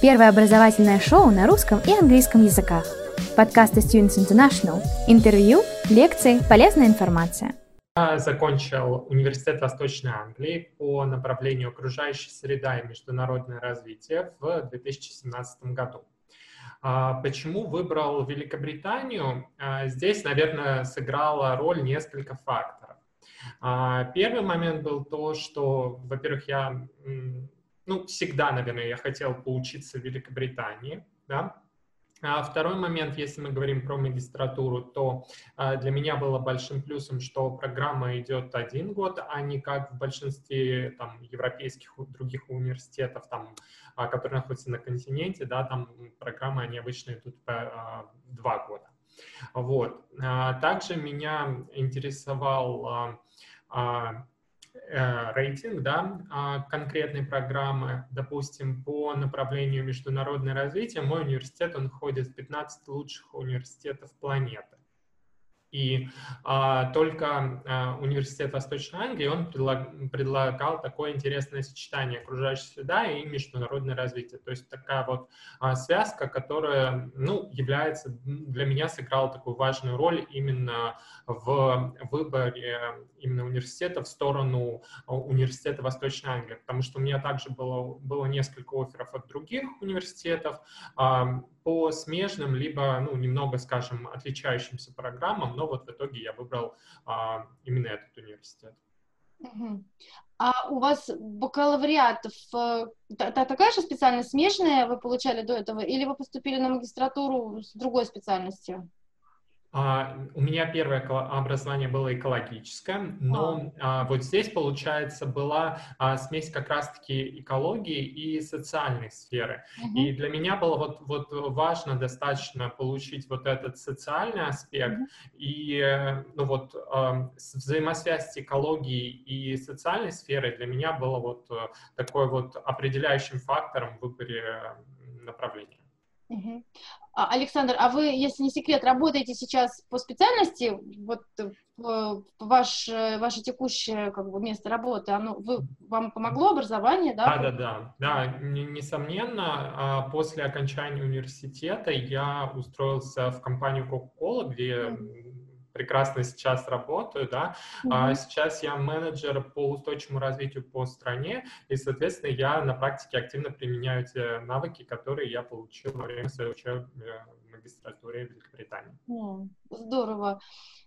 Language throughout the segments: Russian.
Первое образовательное шоу на русском и английском языках. Подкасты Students International. Интервью, лекции, полезная информация. Я закончил университет Восточной Англии по направлению окружающая среда и международное развитие в 2017 году. Почему выбрал Великобританию? Здесь, наверное, сыграла роль несколько факторов. Первый момент был то, что, во-первых, я всегда, наверное, я хотел поучиться в Великобритании, да. А второй момент, если мы говорим про магистратуру, то для меня было большим плюсом, что программа идет 1 год, а не как в большинстве европейских других университетов, которые находятся на континенте, да, там программы, они обычно идут по 2 года. Вот. Также меня интересовал рейтинг, да, конкретной программы, допустим, по направлению международное развитие. Мой университет, он входит в 15 лучших университетов планеты. И только университет Восточной Англии, он предлагал такое интересное сочетание окружающей среда и международное развитие. То есть такая вот связка, которая, является, для меня сыграла такую важную роль именно в выборе именно университета в сторону университета Восточной Англии. Потому что у меня также было несколько офферов от других университетов по смежным, либо, немного, скажем, отличающимся программам, но вот в итоге я выбрал именно этот университет. А у вас бакалавриат, такая же специальность смежная вы получали до этого, или вы поступили на магистратуру с другой специальностью? У меня первое образование было экологическое, но вот здесь, получается, была смесь как раз-таки экологии и социальной сферы. И для меня было вот важно достаточно получить вот этот социальный аспект, и взаимосвязь экологии и социальной сферы для меня было вот такой вот определяющим фактором в выборе направления. Александр, а вы, если не секрет, работаете сейчас по специальности, вот ваше текущее место работы, вам помогло образование, да? Да, несомненно, после окончания университета я устроился в компанию Coca-Cola, где прекрасно сейчас работаю, да. Сейчас я менеджер по устойчивому развитию по стране, и, соответственно, я на практике активно применяю те навыки, которые я получил во время своей учебы в магистратуре в Великобритании. Здорово.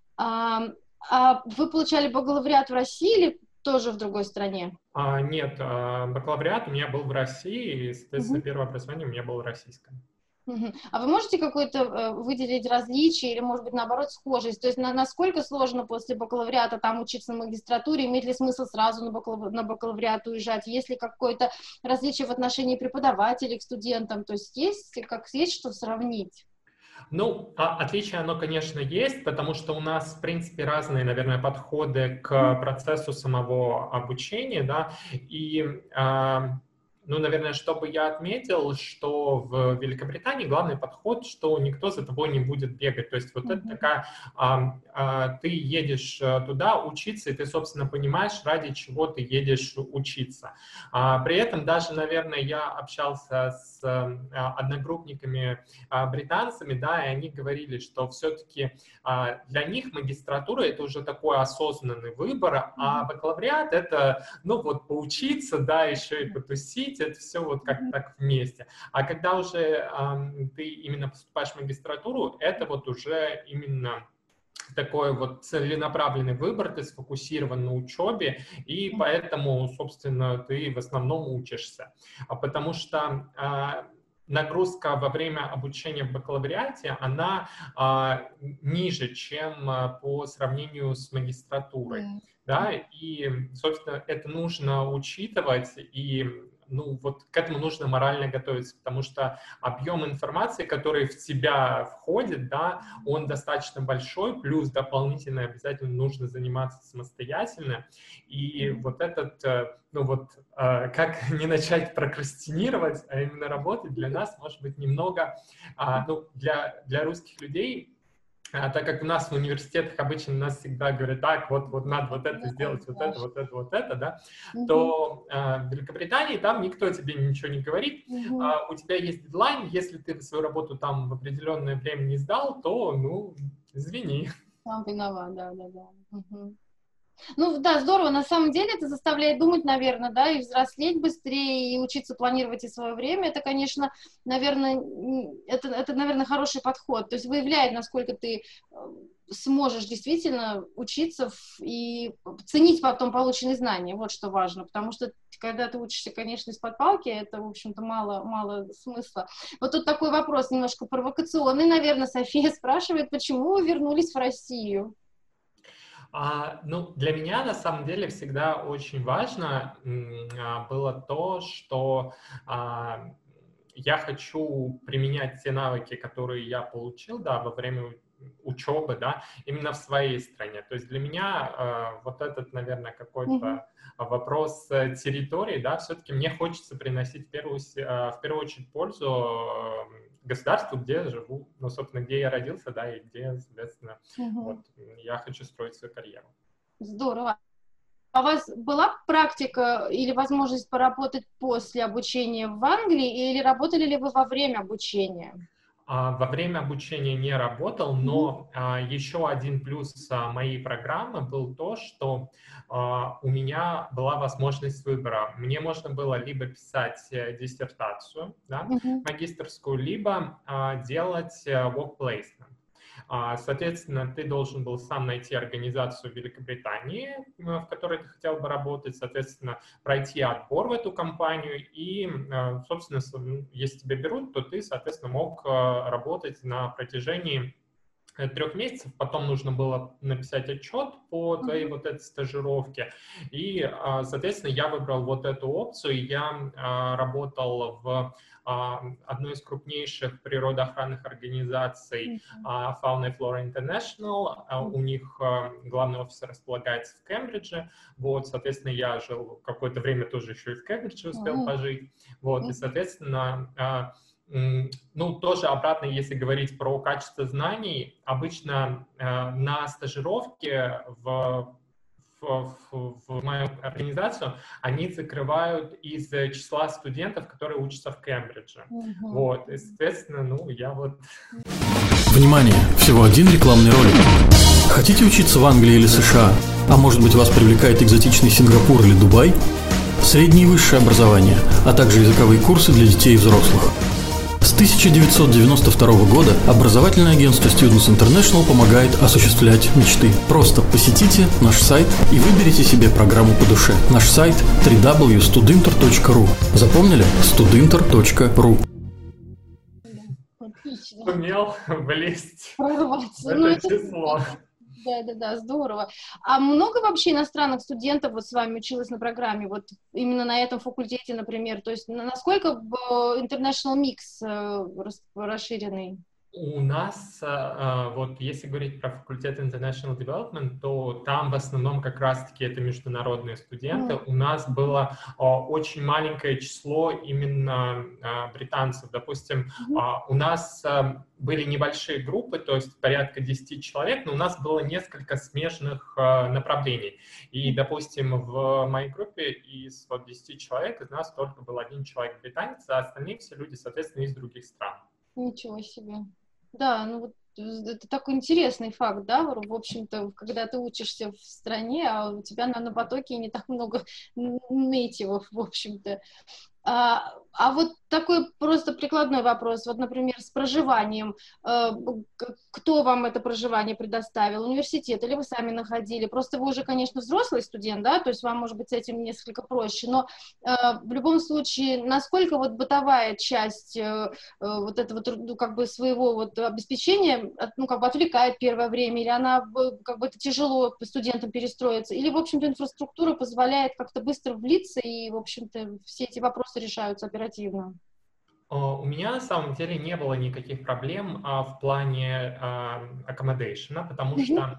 Вы получали бакалавриат в России или тоже в другой стране? Нет, бакалавриат у меня был в России, и, соответственно, первое образование у меня было российское. А вы можете какое-то выделить различие или, может быть, наоборот, схожесть? То есть насколько сложно после бакалавриата там учиться на магистратуре? Имеет ли смысл сразу на бакалавриат уезжать? Есть ли какое-то различие в отношении преподавателей к студентам? То есть есть что сравнить? Отличие, оно, конечно, есть, потому что у нас, в принципе, разные, наверное, подходы к процессу самого обучения, да, и... наверное, чтобы я отметил, что в Великобритании главный подход, что никто за тобой не будет бегать. То есть вот это такая, ты едешь туда учиться, и ты, собственно, понимаешь, ради чего ты едешь учиться. При этом даже, наверное, я общался с одногруппниками британцами, да, и они говорили, что все-таки для них магистратура — это уже такой осознанный выбор, а бакалавриат — это, поучиться, да, еще и потусить, это все вот как так вместе. А когда уже ты именно поступаешь в магистратуру, это вот уже именно такой вот целенаправленный выбор, ты сфокусирован на учебе, и поэтому, собственно, ты в основном учишься. Потому что нагрузка во время обучения в бакалавриате, она ниже, чем по сравнению с магистратурой. Да, и, собственно, это нужно учитывать, и к этому нужно морально готовиться, потому что объем информации, который в тебя входит, да, он достаточно большой, плюс дополнительно обязательно нужно заниматься самостоятельно, и вот этот, как не начать прокрастинировать, а именно работать, для нас может быть немного, для русских людей так как у нас в университетах обычно нас всегда говорят, так, вот надо вот это сделать, вот это, да, то в Великобритании там никто тебе ничего не говорит, у тебя есть дедлайн, если ты свою работу там в определенное время не сдал, то, ну, извини. Сам виноват, да. Ну да, здорово, на самом деле это заставляет думать, наверное, да, и взрослеть быстрее, и учиться планировать и свое время, это, конечно, наверное, наверное, хороший подход, то есть выявляет, насколько ты сможешь действительно учиться и ценить потом полученные знания, вот что важно, потому что когда ты учишься, конечно, из-под палки, это, в общем-то, мало смысла. Вот тут такой вопрос немножко провокационный, наверное, София спрашивает, почему вы вернулись в Россию? Ну, для меня, на самом деле, всегда очень важно было то, что я хочу применять те навыки, которые я получил, да, во время учебы, да, именно в своей стране. То есть для меня вот этот, наверное, какой-то вопрос территории, да, все-таки мне хочется приносить в первую очередь пользу государству, где я живу, ну, собственно, где я родился, да, и где, соответственно, вот, я хочу строить свою карьеру. Здорово. А у вас была практика или возможность поработать после обучения в Англии, или работали ли вы во время обучения? Во время обучения не работал, но еще один плюс моей программы был то, что у меня была возможность выбора. Мне можно было либо писать диссертацию, да, магистерскую, либо делать work placement. Соответственно, ты должен был сам найти организацию в Великобритании, в которой ты хотел бы работать, соответственно, пройти отбор в эту компанию, и, собственно, если тебя берут, то ты, соответственно, мог работать на протяжении 3 месяцев, потом нужно было написать отчет по твоей вот этой стажировке, и, соответственно, я выбрал вот эту опцию, я работал в одной из крупнейших природоохранных организаций Fauna and Flora International, у них главный офис располагается в Кембридже, вот, соответственно, я жил какое-то время тоже еще и в Кембридже успел пожить, вот, и, соответственно, ну, тоже обратно, если говорить про качество знаний, обычно на стажировке в мою организацию они закрывают из числа студентов, которые учатся в Кембридже. Вот, и, соответственно, ну, я вот... Внимание! Всего один рекламный ролик. Хотите учиться в Англии или США? А может быть, вас привлекает экзотичный Сингапур или Дубай? Среднее и высшее образование, а также языковые курсы для детей и взрослых. С 1992 года образовательное агентство Students International помогает осуществлять мечты. Просто посетите наш сайт и выберите себе программу по душе. Наш сайт www.studinter.ru. Запомнили? studinter.ru. Отлично. Сумел влезть Прорваться. в это число. Да, здорово. А много вообще иностранных студентов вот с вами училось на программе, вот именно на этом факультете, например? То есть насколько international mix расширенный? У нас, вот если говорить про факультет International Development, то там в основном как раз-таки это международные студенты. У нас было очень маленькое число именно британцев. Допустим, у нас были небольшие группы, то есть порядка 10 человек, но у нас было несколько смежных направлений. И, допустим, в моей группе из 10 человек из нас только был один человек британец, а остальные все люди, соответственно, из других стран. Ничего себе. Да, ну вот это такой интересный факт, да, в общем-то, когда ты учишься в стране, а у тебя на потоке не так много нейтивов, в общем-то. А вот такой просто прикладной вопрос, вот, например, с проживанием. Кто вам это проживание предоставил? Университет или вы сами находили? Просто вы уже, конечно, взрослый студент, да, то есть вам, может быть, с этим несколько проще, но в любом случае, насколько вот бытовая часть вот этого, ну, как бы своего вот обеспечения, ну, как бы отвлекает первое время, или она, как бы, это тяжело студентам перестроиться, или, в общем-то, инфраструктура позволяет как-то быстро влиться, и, в общем-то, все эти вопросы решаются оперативно? У меня на самом деле не было никаких проблем в плане accommodation, потому что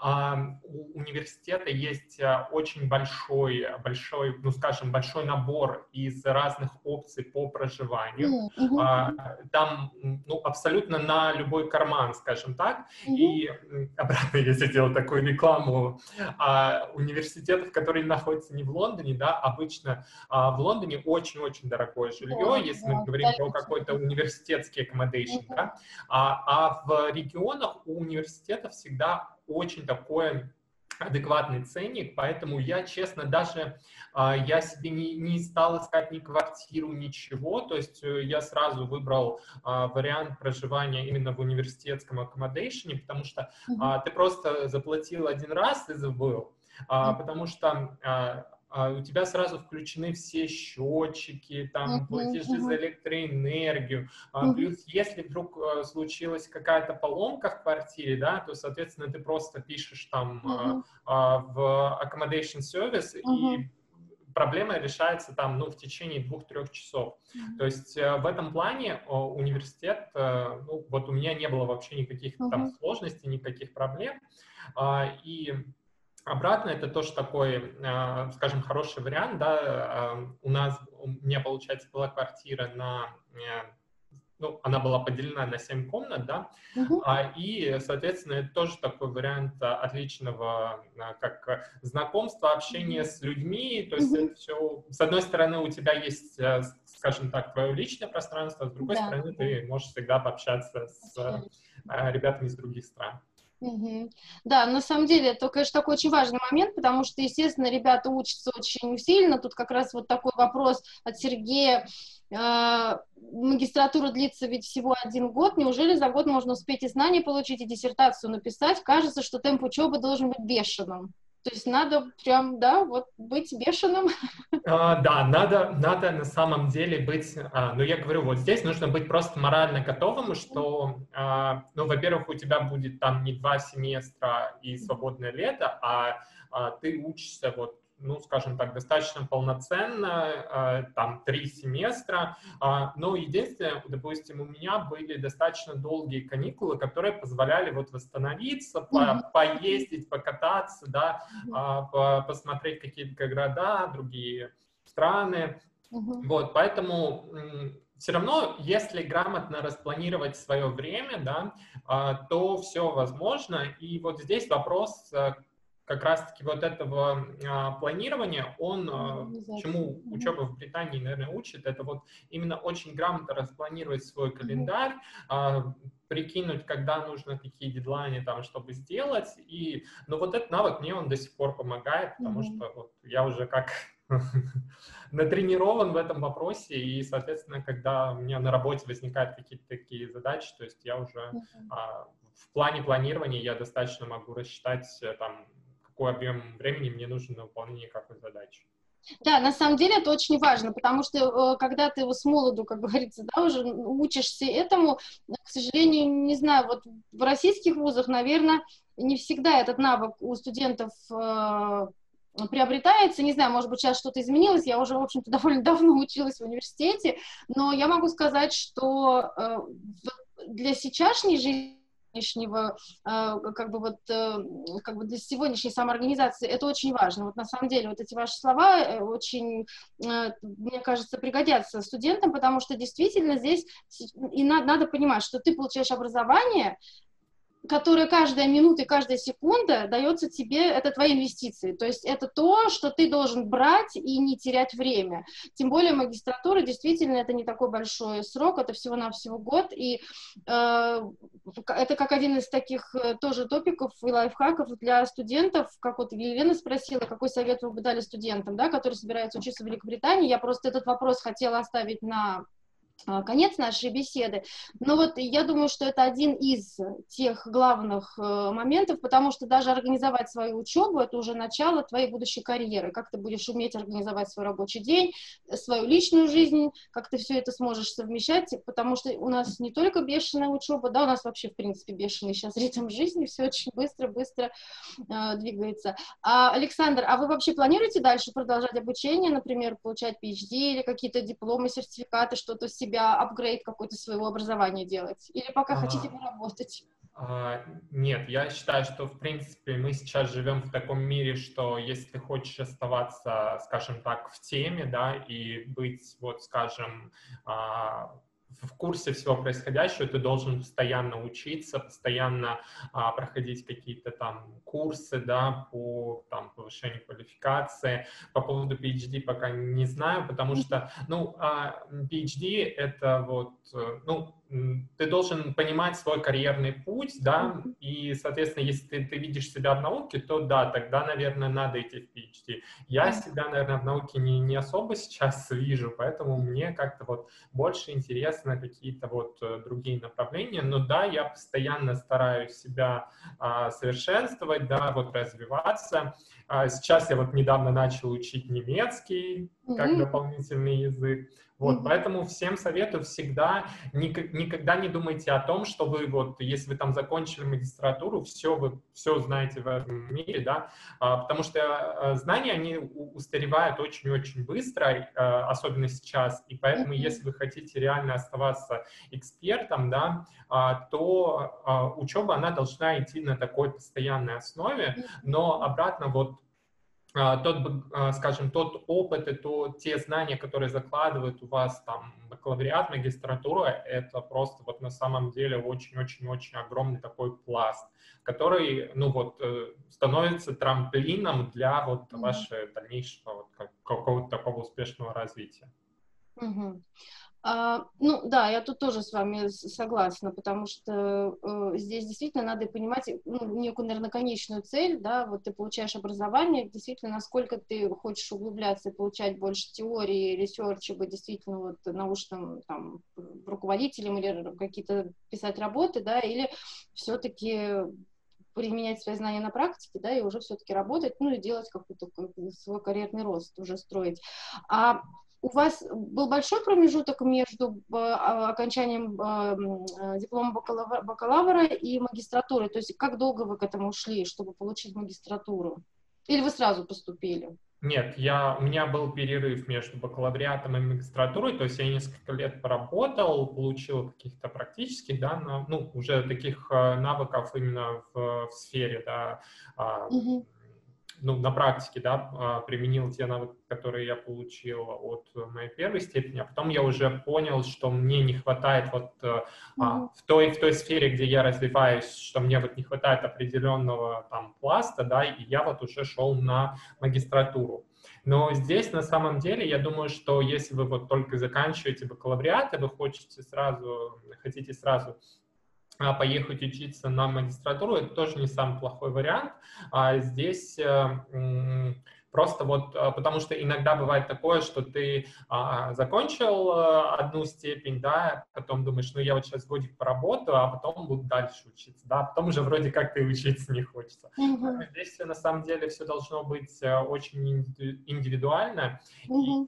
у университета есть очень большой, ну, скажем, большой набор из разных опций по проживанию. Там, ну, абсолютно на любой карман, скажем так. И обратно, если делать такую рекламу университетов, которые находятся не в Лондоне, да, обычно в Лондоне очень-очень дорогое жилье, если мы говорим про какой-то университетский accommodation, да, а в регионах у университетов всегда очень такой адекватный ценник, поэтому я, честно, даже я себе не стал искать ни квартиру, ничего, то есть я сразу выбрал вариант проживания именно в университетском accommodation, потому что ты просто заплатил один раз и забыл, потому что у тебя сразу включены все счетчики, там, платежи за электроэнергию, плюс если вдруг случилась какая-то поломка в квартире, да, то, соответственно, ты просто пишешь там в accommodation service, и проблема решается там, ну, в течение 2-3 часов. То есть в этом плане университет, ну, вот у меня не было вообще никаких там сложностей, никаких проблем, и обратно это тоже такой, скажем, хороший вариант, да, у меня, получается, была квартира ну, она была поделена на 7 комнат, да, и, соответственно, это тоже такой вариант отличного как знакомства, общения с людьми, то есть это все, с одной стороны, у тебя есть, скажем так, твое личное пространство, а с другой стороны, ты можешь всегда пообщаться с ребятами из других стран. Да, на самом деле, это, конечно, такой очень важный момент, потому что, естественно, ребята учатся очень усиленно. Тут как раз вот такой вопрос от Сергея. Магистратура длится ведь всего 1 год. Неужели за год можно успеть и знания получить, и диссертацию написать? Кажется, что темп учебы должен быть бешеным. То есть надо прям, да, вот быть бешеным. Да, надо на самом деле быть, ну, я говорю, вот здесь нужно быть просто морально готовым, что, ну, во-первых, у тебя будет там не 2 семестра и свободное лето, а ты учишься вот, ну, скажем так, достаточно полноценно, там 3 семестра, но единственное, допустим, у меня были достаточно долгие каникулы, которые позволяли вот восстановиться, поездить, покататься, да, посмотреть какие-то города, другие страны, вот, поэтому все равно, если грамотно распланировать свое время, да, то все возможно, и вот здесь вопрос как раз-таки вот этого планирования, чему учеба в Британии, наверное, учит, это вот именно очень грамотно распланировать свой календарь, прикинуть, когда нужно какие дедлайны там, чтобы сделать, но вот этот навык мне он до сих пор помогает, потому что вот я уже как натренирован в этом вопросе, и, соответственно, когда у меня на работе возникают какие-то такие задачи, то есть я уже в плане планирования я достаточно могу рассчитать там, какой объем времени мне нужен на выполнение какой задачи. Да, на самом деле это очень важно, потому что когда ты с молоду, как говорится, да, уже учишься этому, к сожалению, не знаю, вот в российских вузах, наверное, не всегда этот навык у студентов приобретается, не знаю, может быть, сейчас что-то изменилось, я уже, в общем-то, довольно давно училась в университете, но я могу сказать, что для сейчасшней жизни, как бы для сегодняшней самоорганизации это очень важно. Вот на самом деле вот эти ваши слова очень, мне кажется, пригодятся студентам, потому что действительно здесь и надо понимать, что ты получаешь образование, которая каждая минута и каждая секунда дается тебе, это твои инвестиции. То есть это то, что ты должен брать и не терять время. Тем более магистратура, действительно, это не такой большой срок, это всего-навсего год. И это как один из таких тоже топиков и лайфхаков для студентов, как вот Елена спросила, какой совет вы бы дали студентам, да, которые собираются учиться в Великобритании. Я просто этот вопрос хотела оставить на конец нашей беседы. Но вот я думаю, что это один из тех главных моментов, потому что даже организовать свою учебу — это уже начало твоей будущей карьеры. Как ты будешь уметь организовать свой рабочий день, свою личную жизнь, как ты все это сможешь совмещать, потому что у нас не только бешеная учеба, да, у нас вообще, в принципе, бешеный сейчас ритм жизни, все очень быстро двигается. Александр, а вы вообще планируете дальше продолжать обучение, например, получать PhD или какие-то дипломы, сертификаты, что-то себе себя апгрейд какой-то своего образования делать? Или пока хотите поработать? Нет, я считаю, что, в принципе, мы сейчас живем в таком мире, что если ты хочешь оставаться, скажем так, в теме, да, и быть, вот, скажем, в курсе всего происходящего, ты должен постоянно учиться, постоянно проходить какие-то там курсы, да, по там, повышению квалификации. По поводу PhD пока не знаю, потому что, ну, PhD — это вот, ну, ты должен понимать свой карьерный путь, да, и, соответственно, если ты видишь себя в науке, то да, тогда, наверное, надо идти в PhD. Я себя, наверное, в науке не особо сейчас вижу, поэтому мне как-то вот больше интересно какие-то вот другие направления. Но да, я постоянно стараюсь себя совершенствовать, да, вот развиваться. Сейчас я вот недавно начал учить немецкий как дополнительный язык. Вот, поэтому всем советую всегда, никогда не думайте о том, что вы вот, если вы там закончили магистратуру, вы все знаете в этом мире, да, потому что знания, они устаревают очень-очень быстро, особенно сейчас, и поэтому, если вы хотите реально оставаться экспертом, да, то учеба, она должна идти на такой постоянной основе, но обратно вот тот опыт и те знания, которые закладывают у вас там бакалавриат, магистратура, это просто вот на самом деле очень-очень-очень огромный такой пласт, который, ну вот, становится трамплином для вот вашего дальнейшего вот какого-то такого успешного развития. Ну да, я тут тоже с вами согласна, потому что здесь действительно надо понимать некую, наверное, конечную цель, да, вот ты получаешь образование, действительно, насколько ты хочешь углубляться и получать больше теории, ресерча, быть действительно вот научным там руководителем или какие-то писать работы, да, или все-таки применять свои знания на практике, да, и уже все-таки работать, ну и делать какой-то свой карьерный рост, уже строить. У вас был большой промежуток между окончанием диплома бакалавра и магистратуры? То есть как долго вы к этому шли, чтобы получить магистратуру? Или вы сразу поступили? Нет, у меня был перерыв между бакалавриатом и магистратурой, то есть я несколько лет поработал, получил каких-то практических, да, ну, уже таких навыков именно в сфере, да, ну, на практике, да, применил те навыки, которые я получил от моей первой степени, а потом я уже понял, что мне не хватает вот в той сфере, где я развиваюсь, что мне вот не хватает определенного там пласта, да, и я вот уже шел на магистратуру. Но здесь, на самом деле, я думаю, что если вы вот только заканчиваете бакалавриат, и вы хотите сразу поехать учиться на магистратуру, это тоже не самый плохой вариант. Здесь просто вот, потому что иногда бывает такое, что ты закончил одну степень, да, потом думаешь, ну я вот сейчас годик поработаю, а потом буду дальше учиться, да, потом уже вроде как ты учиться не хочется. Здесь на самом деле все должно быть очень индивидуально, и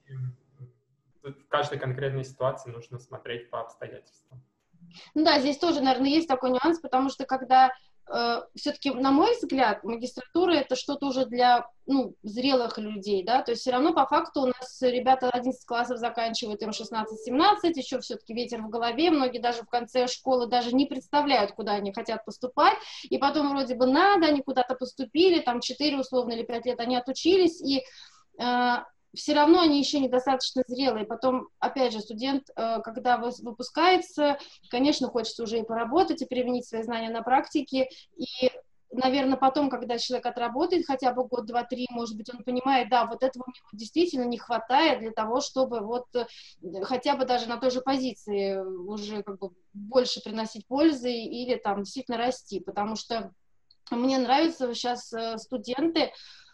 в каждой конкретной ситуации нужно смотреть по обстоятельствам. Ну да, здесь тоже, наверное, есть такой нюанс, потому что когда все-таки, на мой взгляд, магистратура — это что-то уже для, ну, зрелых людей, да, то есть все равно по факту у нас ребята 11 классов заканчивают, им 16-17, еще все-таки ветер в голове, многие даже в конце школы даже не представляют, куда они хотят поступать, и потом вроде бы надо, они куда-то поступили, там 4 условно или 5 лет они отучились, и все равно они еще недостаточно зрелые. Потом, опять же, студент, когда выпускается, конечно, хочется уже и поработать, и применить свои знания на практике. И, наверное, потом, когда человек отработает хотя бы год, два, три, может быть, он понимает, да, вот этого мне действительно не хватает для того, чтобы вот хотя бы даже на той же позиции уже как бы больше приносить пользы или там действительно расти. Потому что мне нравится сейчас студенты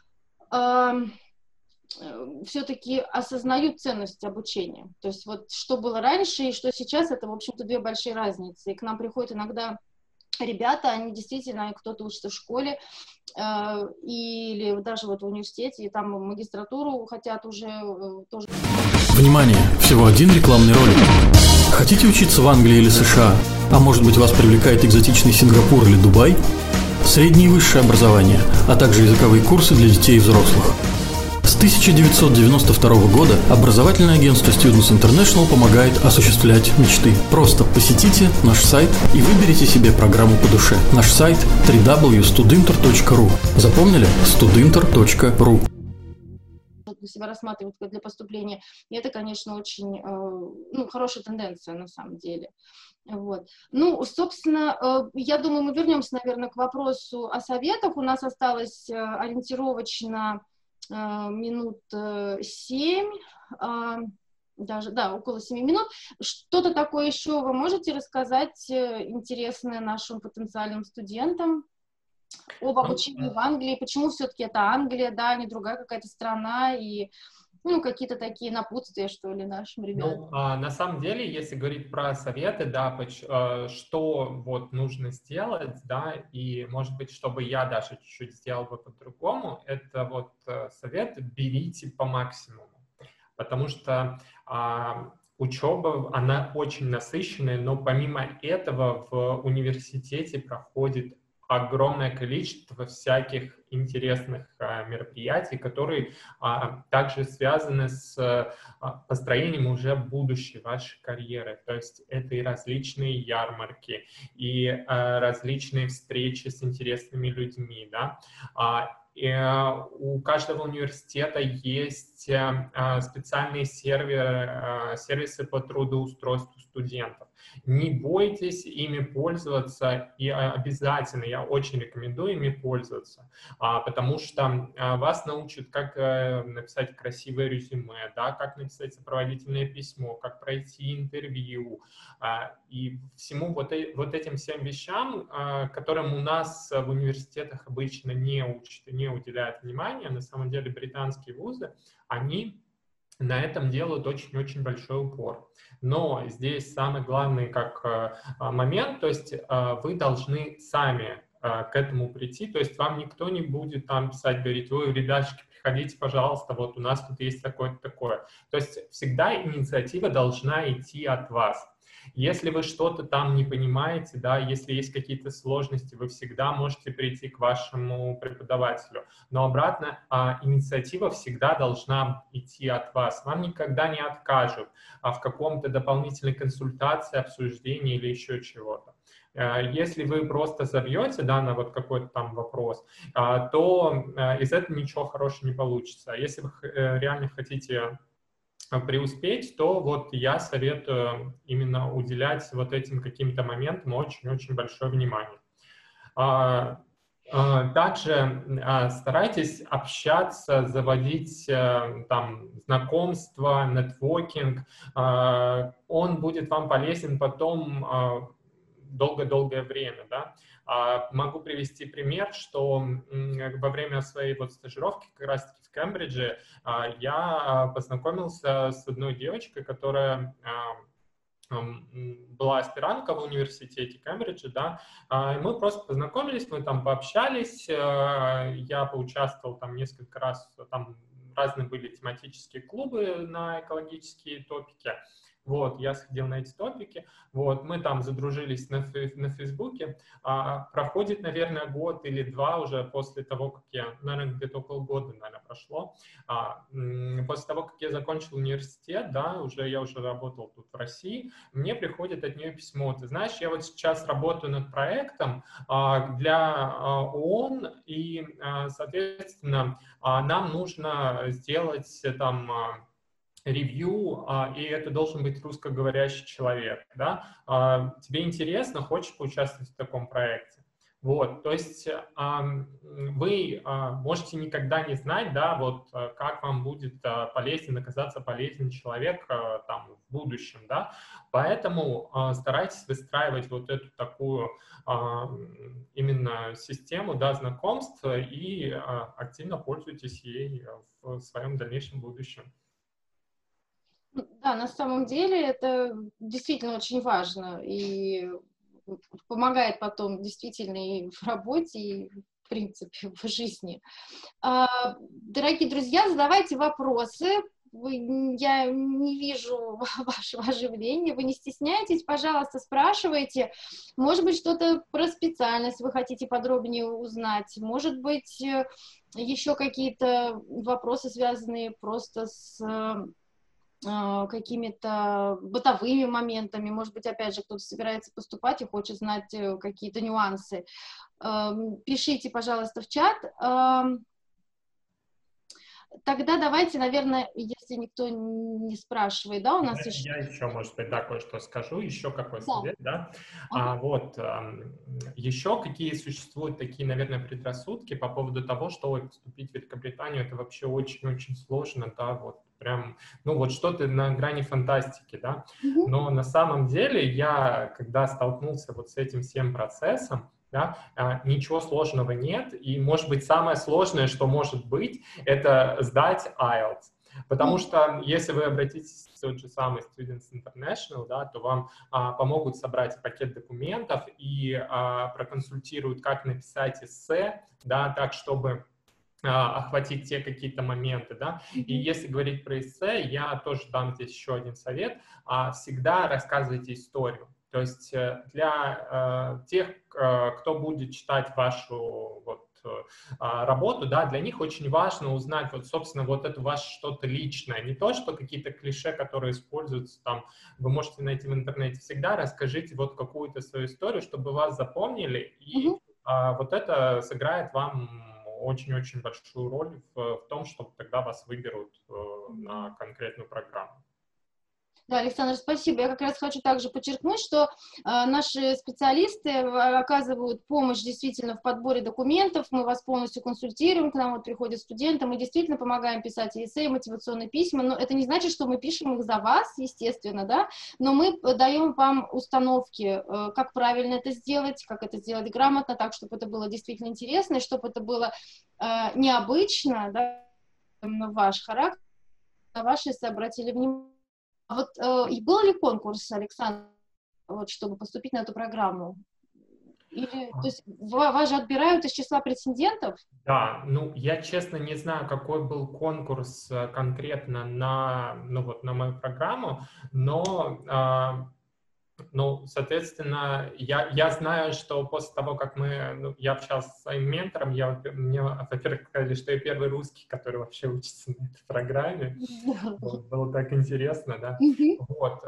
все-таки осознают ценность обучения. То есть вот что было раньше и что сейчас, это, в общем-то, две большие разницы. И к нам приходят иногда ребята, они действительно, кто-то учится в школе или даже вот в университете, и там магистратуру хотят уже тоже. Внимание! Всего один рекламный ролик. Хотите учиться в Англии или США? А может быть, вас привлекает экзотичный Сингапур или Дубай? Среднее и высшее образование, а также языковые курсы для детей и взрослых. 1992 года образовательное агентство Students International помогает осуществлять мечты. Просто посетите наш сайт и выберите себе программу по душе. Наш сайт www.studinter.ru. Запомнили? studinter.ru. Для себя рассматривают для поступления. И это, конечно, очень хорошая тенденция на самом деле. Вот. Ну, собственно, я думаю, мы вернемся, наверное, к вопросу о советах. У нас осталось ориентировочно минут 7, даже, да, около 7 минут. Что-то такое еще вы можете рассказать интересное нашим потенциальным студентам об обучении в Англии? Почему все-таки это Англия, да, а не другая какая-то страна, и какие-то такие напутствия, что ли, нашим ребятам? На самом деле, если говорить про советы, да, что вот нужно сделать, да, и, может быть, чтобы я даже чуть-чуть сделал бы по-другому, это вот совет: берите по максимуму, потому что учеба, она очень насыщенная, но помимо этого в университете проходит огромное количество всяких интересных мероприятий, которые также связаны с построением уже будущей вашей карьеры. То есть это и различные ярмарки, и различные встречи с интересными людьми, да. У каждого университета есть специальные сервисы по трудоустройству студентов. Не бойтесь ими пользоваться, и обязательно, я очень рекомендую ими пользоваться, потому что вас научат, как написать красивое резюме, да, как написать сопроводительное письмо, как пройти интервью, и всему вот этим всем вещам, которым у нас в университетах обычно не учат и не уделяют внимания. На самом деле британские вузы, они на этом делают очень-очень большой упор. Но здесь самый главный момент, то есть вы должны сами к этому прийти, то есть вам никто не будет там писать, говорить: ой, ребятушки, приходите, пожалуйста, вот у нас тут есть такое-то такое. То есть всегда инициатива должна идти от вас. Если вы что-то там не понимаете, да, если есть какие-то сложности, вы всегда можете прийти к вашему преподавателю. Но обратно, инициатива всегда должна идти от вас. Вам никогда не откажут в каком-то дополнительной консультации, обсуждении или еще чего-то. Если вы просто забьете, да, на вот какой-то там вопрос, то из этого ничего хорошего не получится. Если вы реально хотите преуспеть, то вот я советую именно уделять вот этим каким-то моментам очень-очень большое внимание. Также старайтесь общаться, заводить там знакомства, нетворкинг. Он будет вам полезен потом долгое-долгое время, да. Могу привести пример, что во время своей вот стажировки как раз-таки в Кембридже я познакомился с одной девочкой, которая была аспирантка в университете Кембриджа, да, и мы просто познакомились, мы там пообщались, я поучаствовал там несколько раз, там разные были тематические клубы на экологические топики. Вот, я сходил на эти топики, вот, мы там задружились на Фейсбуке, проходит, наверное, год или два уже после того, как я, наверное, где-то около года, наверное, прошло, после того, как я закончил университет, да, я уже работал тут в России, мне приходит от нее письмо: ты знаешь, я вот сейчас работаю над проектом для ООН, и, соответственно, нам нужно сделать там ревью, и это должен быть русскоговорящий человек, да? Тебе интересно, хочешь поучаствовать в таком проекте? Вот, то есть вы можете никогда не знать, да, вот как вам будет полезен, оказаться полезен человек там в будущем, да, поэтому старайтесь выстраивать вот эту такую именно систему, да, знакомств, и активно пользуйтесь ей в своем дальнейшем будущем. Да, на самом деле это действительно очень важно и помогает потом действительно и в работе, и в принципе в жизни. Дорогие друзья, задавайте вопросы. я не вижу вашего оживления, вы не стесняйтесь, пожалуйста, спрашивайте. Может быть, что-то про специальность вы хотите подробнее узнать, может быть, еще какие-то вопросы, связанные просто с какими-то бытовыми моментами, может быть, опять же, кто-то собирается поступать и хочет знать какие-то нюансы. Пишите, пожалуйста, в чат. Тогда давайте, наверное, если никто не спрашивает, да, у нас еще... Я еще, может быть, да, кое-что скажу, еще какой Да. совет, да. Еще какие существуют такие, наверное, предрассудки по поводу того, что поступить в Великобританию, это вообще очень-очень сложно, да, вот прям, ну вот что-то на грани фантастики, да. Но на самом деле я, когда столкнулся вот с этим всем процессом, да, ничего сложного нет, и, может быть, самое сложное, что может быть, это сдать IELTS. Потому что, если вы обратитесь в тот же самый Students International, да, то вам помогут собрать пакет документов и проконсультируют, как написать эссе, да, так, чтобы охватить те какие-то моменты, да, и если говорить про эссе, я тоже дам здесь еще один совет, всегда рассказывайте историю. То есть для тех, кто будет читать вашу вот, работу, да, для них очень важно узнать, вот, собственно, вот это ваше что-то личное, не то, что какие-то клише, которые используются там, вы можете найти в интернете, всегда расскажите вот какую-то свою историю, чтобы вас запомнили, и вот это сыграет вам очень-очень большую роль в том, чтобы тогда вас выберут на конкретную программу. Да, Александр, спасибо. Я как раз хочу также подчеркнуть, что наши специалисты оказывают помощь действительно в подборе документов, мы вас полностью консультируем, к нам вот приходят студенты, мы действительно помогаем писать эссе, мотивационные письма, но это не значит, что мы пишем их за вас, естественно, да, но мы даем вам установки, как правильно это сделать грамотно, так, чтобы это было действительно интересно, и чтобы это было необычно, да, на ваш характер, на ваши эссе обратили внимание. Вот был ли конкурс, Александр, вот, чтобы поступить на эту программу? Или, то есть вас же отбирают из числа претендентов? Да, ну я честно не знаю, какой был конкурс конкретно на, ну, вот, на мою программу, но ну, соответственно, я знаю, что после того, как я общался с своим ментором, мне, во-первых, сказали, что я первый русский, который вообще учится на этой программе. Вот, было так интересно, да. Вот,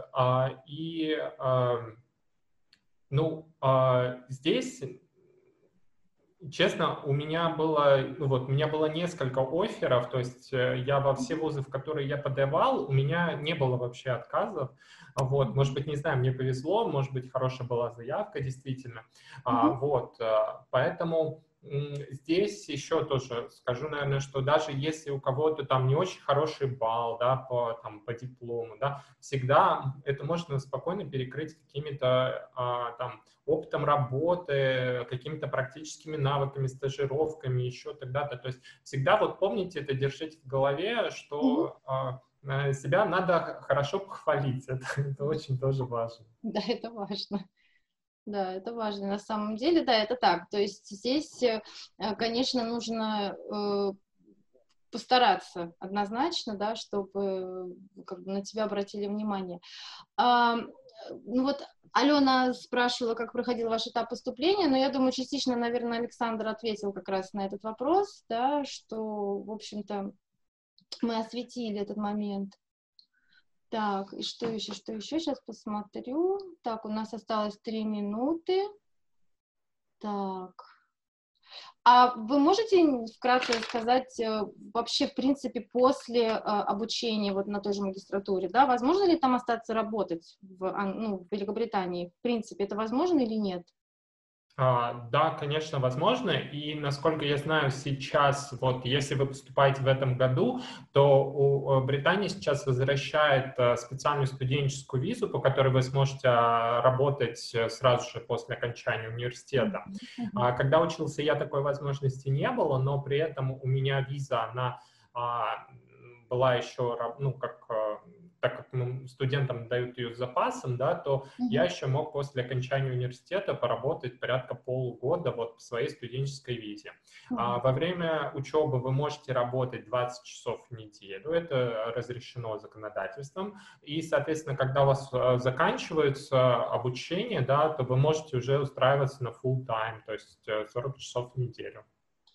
здесь, честно, у меня было несколько офферов, то есть я во все вузы, в которые я подавал, у меня не было вообще отказов. Вот, может быть, не знаю, мне повезло, может быть, хорошая была заявка, действительно. Поэтому здесь еще тоже скажу, наверное, что даже если у кого-то там не очень хороший балл, да, по диплому, да, всегда это можно спокойно перекрыть какими-то там опытом работы, какими-то практическими навыками, стажировками, еще тогда-то. То есть всегда вот помните это, держите в голове, что себя надо хорошо похвалить. Это очень тоже важно. Да, это важно. Да, это важно. На самом деле, да, это так. То есть здесь, конечно, нужно постараться однозначно, да, чтобы как бы на тебя обратили внимание. Ну вот Алена спрашивала, как проходил ваш этап поступления, но я думаю, частично, наверное, Александр ответил как раз на этот вопрос, да, что, в общем-то, мы осветили этот момент. Так, и что еще? Сейчас посмотрю. Так, у нас осталось 3 минуты. Так. А вы можете вкратце сказать, вообще, в принципе, после обучения вот на той же магистратуре, да, возможно ли там остаться работать в Великобритании? В принципе, это возможно или нет? Да, конечно, возможно, и насколько я знаю сейчас, вот если вы поступаете в этом году, то Британия сейчас возвращает специальную студенческую визу, по которой вы сможете работать сразу же после окончания университета. Когда учился я, такой возможности не было, но при этом у меня виза, она была еще, так как студентам дают ее с запасом, да, то я еще мог после окончания университета поработать порядка полугода вот по своей студенческой визе. Во время учебы вы можете работать 20 часов в неделю, это разрешено законодательством, и, соответственно, когда у вас заканчивается обучение, да, то вы можете уже устраиваться на full time, то есть 40 часов в неделю.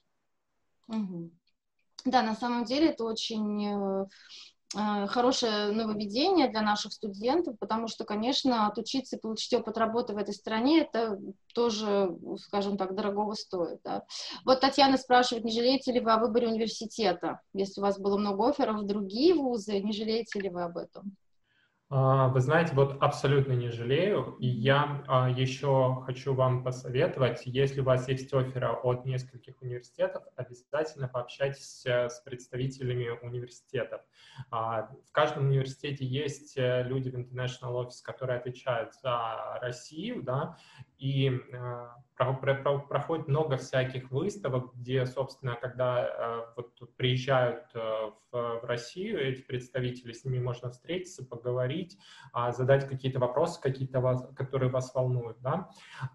Да, на самом деле это очень хорошее нововведение для наших студентов, потому что, конечно, отучиться и получить опыт работы в этой стране, это тоже, скажем так, дорогого стоит. Да? Вот Татьяна спрашивает, не жалеете ли вы о выборе университета? Если у вас было много офферов в другие вузы, не жалеете ли вы об этом? Вы знаете, вот абсолютно не жалею, и я еще хочу вам посоветовать, если у вас есть офферы от нескольких университетов, обязательно пообщайтесь с представителями университетов. В каждом университете есть люди в International Office, которые отвечают за Россию, да, и проходит много всяких выставок, где, собственно, когда вот приезжают в Россию эти представители, с ними можно встретиться, поговорить, задать какие-то вопросы, которые вас волнуют, да,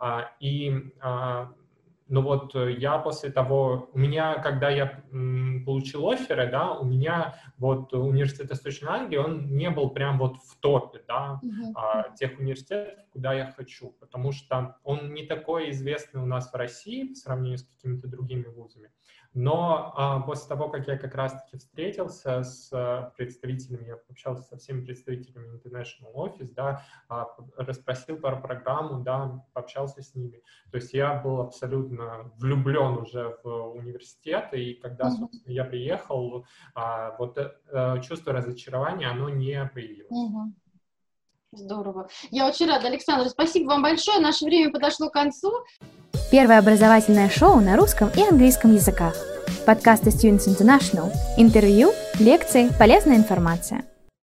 ну вот я после того, когда я получил офферы, да, у меня вот университет Восточной Англии, он не был прям вот в топе, да, тех университетов, куда я хочу, потому что он не такой известный у нас в России по сравнению с какими-то другими вузами. Но после того, как я как раз-таки встретился с представителями, я общался со всеми представителями International Office, да, расспросил про программу, да, пообщался с ними. То есть я был абсолютно влюблен уже в университет, и когда, собственно, я приехал, вот чувство разочарования, оно не появилось. Здорово. Я очень рада, Александр. Спасибо вам большое. Наше время подошло к концу. Первое образовательное шоу на русском и английском языках. Подкасты Students International. Интервью, лекции, полезная информация.